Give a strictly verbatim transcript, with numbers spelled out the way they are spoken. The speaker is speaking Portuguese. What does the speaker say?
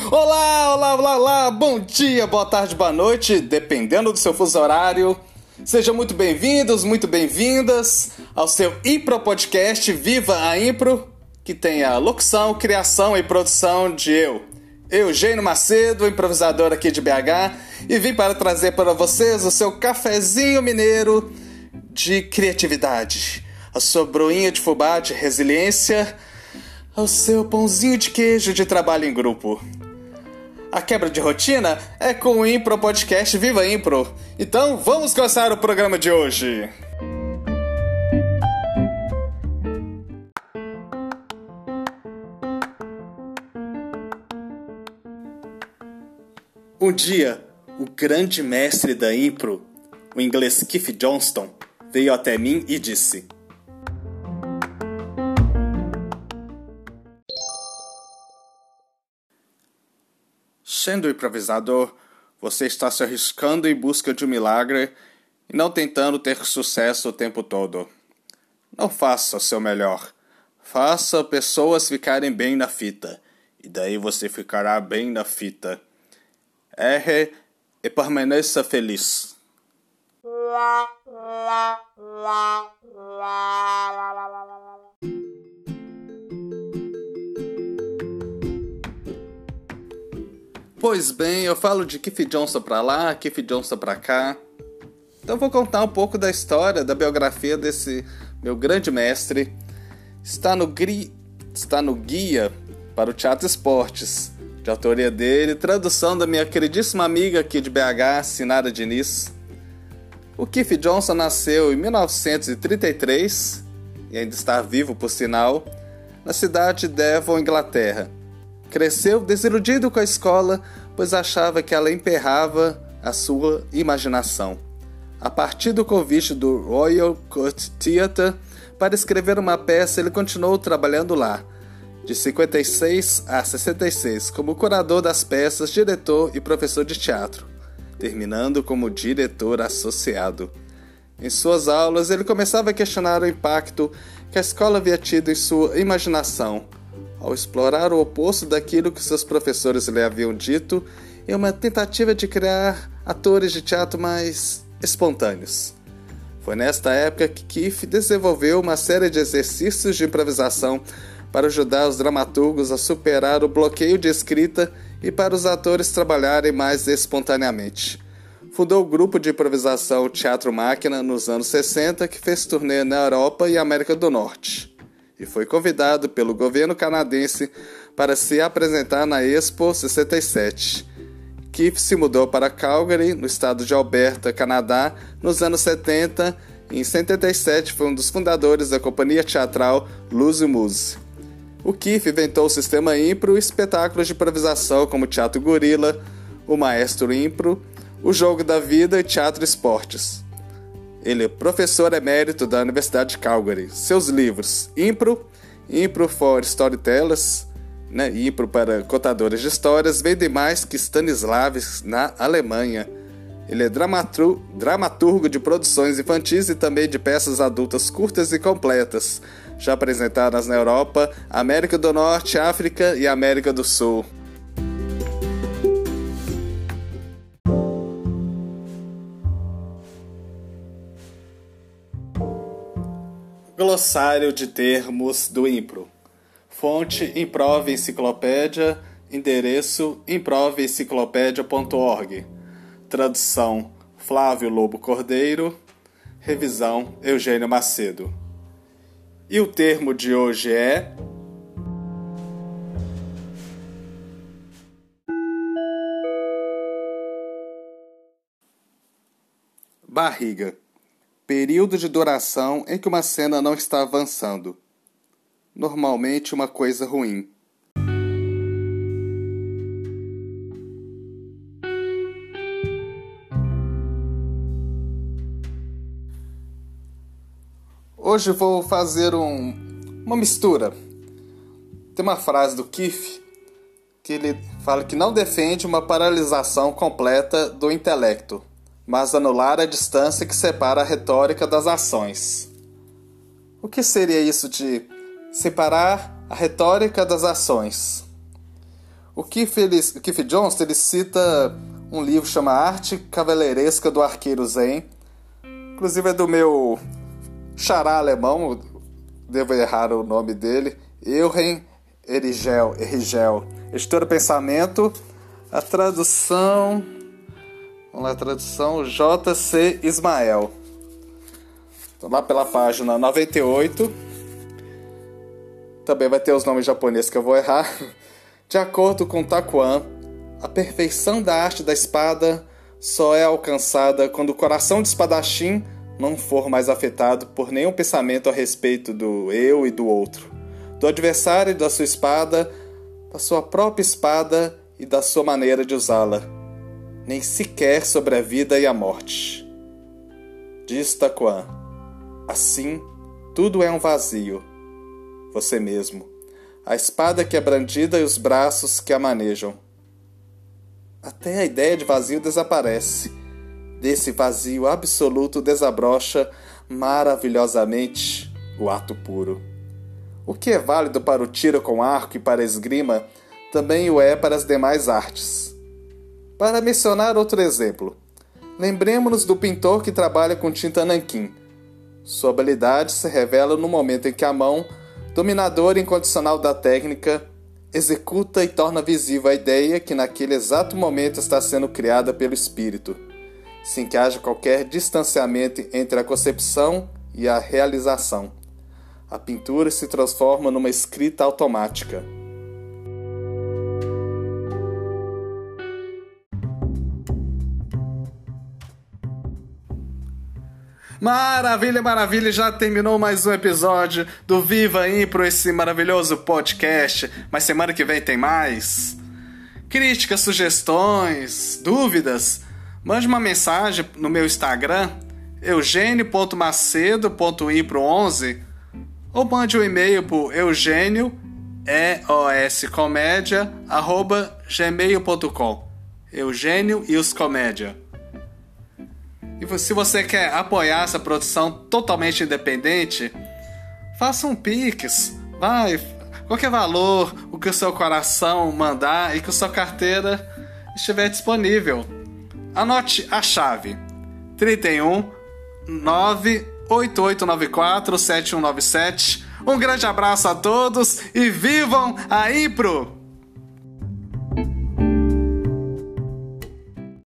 Olá, olá, olá, olá, bom dia, boa tarde, boa noite, dependendo do seu fuso horário. Sejam muito bem-vindos, muito bem-vindas ao seu Impro Podcast Viva a Impro, que tem a locução, criação e produção de eu, Eugênio Macedo, improvisador aqui de B H, e vim para trazer para vocês o seu cafezinho mineiro de criatividade, a sua broinha de fubá de resiliência, o seu pãozinho de queijo de trabalho em grupo. A quebra de rotina é com o Impro Podcast Viva Impro. Então vamos começar o programa de hoje. Um dia, o grande mestre da Impro, o inglês Keith Johnston, veio até mim e disse: sendo improvisador, você está se arriscando em busca de um milagre e não tentando ter sucesso o tempo todo. Não faça o seu melhor. Faça pessoas ficarem bem na fita, e daí você ficará bem na fita. Erre e permaneça feliz. Pois bem, eu falo de Keith Johnston pra lá, Keith Johnston pra cá. Então vou contar um pouco da história, da biografia desse meu grande mestre. Está no, gri... Está no Guia para o Teatro Esportes, de autoria dele, tradução da minha queridíssima amiga aqui de B H, Sinara Diniz. O Keith Johnston nasceu em mil novecentos e trinta e três, e ainda está vivo por sinal, na cidade de Devon, Inglaterra. Cresceu desiludido com a escola, pois achava que ela emperrava a sua imaginação. A partir do convite do Royal Court Theatre para escrever uma peça, ele continuou trabalhando lá, de cinquenta e seis a sessenta e seis, como curador das peças, diretor e professor de teatro, terminando como diretor associado. Em suas aulas, ele começava a questionar o impacto que a escola havia tido em sua imaginação, ao explorar o oposto daquilo que seus professores lhe haviam dito, em uma tentativa de criar atores de teatro mais espontâneos. Foi nesta época que Keith desenvolveu uma série de exercícios de improvisação para ajudar os dramaturgos a superar o bloqueio de escrita e para os atores trabalharem mais espontaneamente. Fundou o grupo de improvisação Teatro Máquina nos anos sessenta, que fez turnê na Europa e América do Norte, e foi convidado pelo governo canadense para se apresentar na Expo sessenta e sete. Keith se mudou para Calgary, no estado de Alberta, Canadá, nos anos setenta, e em setenta e sete foi um dos fundadores da companhia teatral Luzu Muse. O Keith inventou o sistema Impro e espetáculos de improvisação como Teatro Gorila, o Maestro Impro, o Jogo da Vida e Teatro Esportes. Ele é professor emérito da Universidade de Calgary. Seus livros Impro, Impro for Storytellers, né, Impro para contadores de histórias, vendem mais que Stanislavski na Alemanha. Ele é dramatur- dramaturgo de produções infantis e também de peças adultas curtas e completas, já apresentadas na Europa, América do Norte, África e América do Sul. Glossário de termos do Impro. Fonte Improv Enciclopédia. Endereço improv enciclopédia ponto org. Tradução Flávio Lobo Cordeiro. Revisão Eugênio Macedo. E o termo de hoje é barriga. Período de duração em que uma cena não está avançando. Normalmente uma coisa ruim. Hoje vou fazer um, uma mistura. Tem uma frase do Keith que ele fala que não defende uma paralisação completa do intelecto, mas anular a distância que separa a retórica das ações. O que seria isso de separar a retórica das ações? O Keith, ele, o Keith Johnson ele cita um livro chamado Arte Cavaleiresca do Arqueiro Zen. Inclusive é do meu xará alemão, devo errar o nome dele, Eugen Erigel, Erigel. Editora Pensamento, a tradução... Vamos lá, a tradução J C Ismael. Então, lá pela página noventa e oito. Também vai ter os nomes japoneses que eu vou errar. De acordo com Takuan, a perfeição da arte da espada só é alcançada quando o coração de espadachim não for mais afetado por nenhum pensamento a respeito do eu e do outro, do adversário e da sua espada, da sua própria espada e da sua maneira de usá-la, nem sequer sobre a vida e a morte. Diz Takuan, assim, tudo é um vazio, você mesmo, a espada que é brandida e os braços que a manejam. Até a ideia de vazio desaparece. Desse vazio absoluto desabrocha maravilhosamente o ato puro. O que é válido para o tiro com arco e para a esgrima, também o é para as demais artes. Para mencionar outro exemplo, lembremos-nos do pintor que trabalha com tinta nanquim. Sua habilidade se revela no momento em que a mão, dominadora incondicional da técnica, executa e torna visível a ideia que naquele exato momento está sendo criada pelo espírito, sem que haja qualquer distanciamento entre a concepção e a realização. A pintura se transforma numa escrita automática. Maravilha, maravilha, já terminou mais um episódio do Viva Impro, esse maravilhoso podcast, mas semana que vem tem mais. Críticas, sugestões, dúvidas, mande uma mensagem no meu Instagram, eugenio ponto macedo ponto impro onze, ou mande um e-mail para eugenio, E O S comédia, arroba gmail ponto com, Eugênio e os Comédia. E se você quer apoiar essa produção totalmente independente, faça um Pix, vai, qualquer valor, o que o seu coração mandar e que a sua carteira estiver disponível. Anote a chave: trinta e um, nove oito oito nove quatro, sete um nove sete. Um grande abraço a todos e vivam a Impro!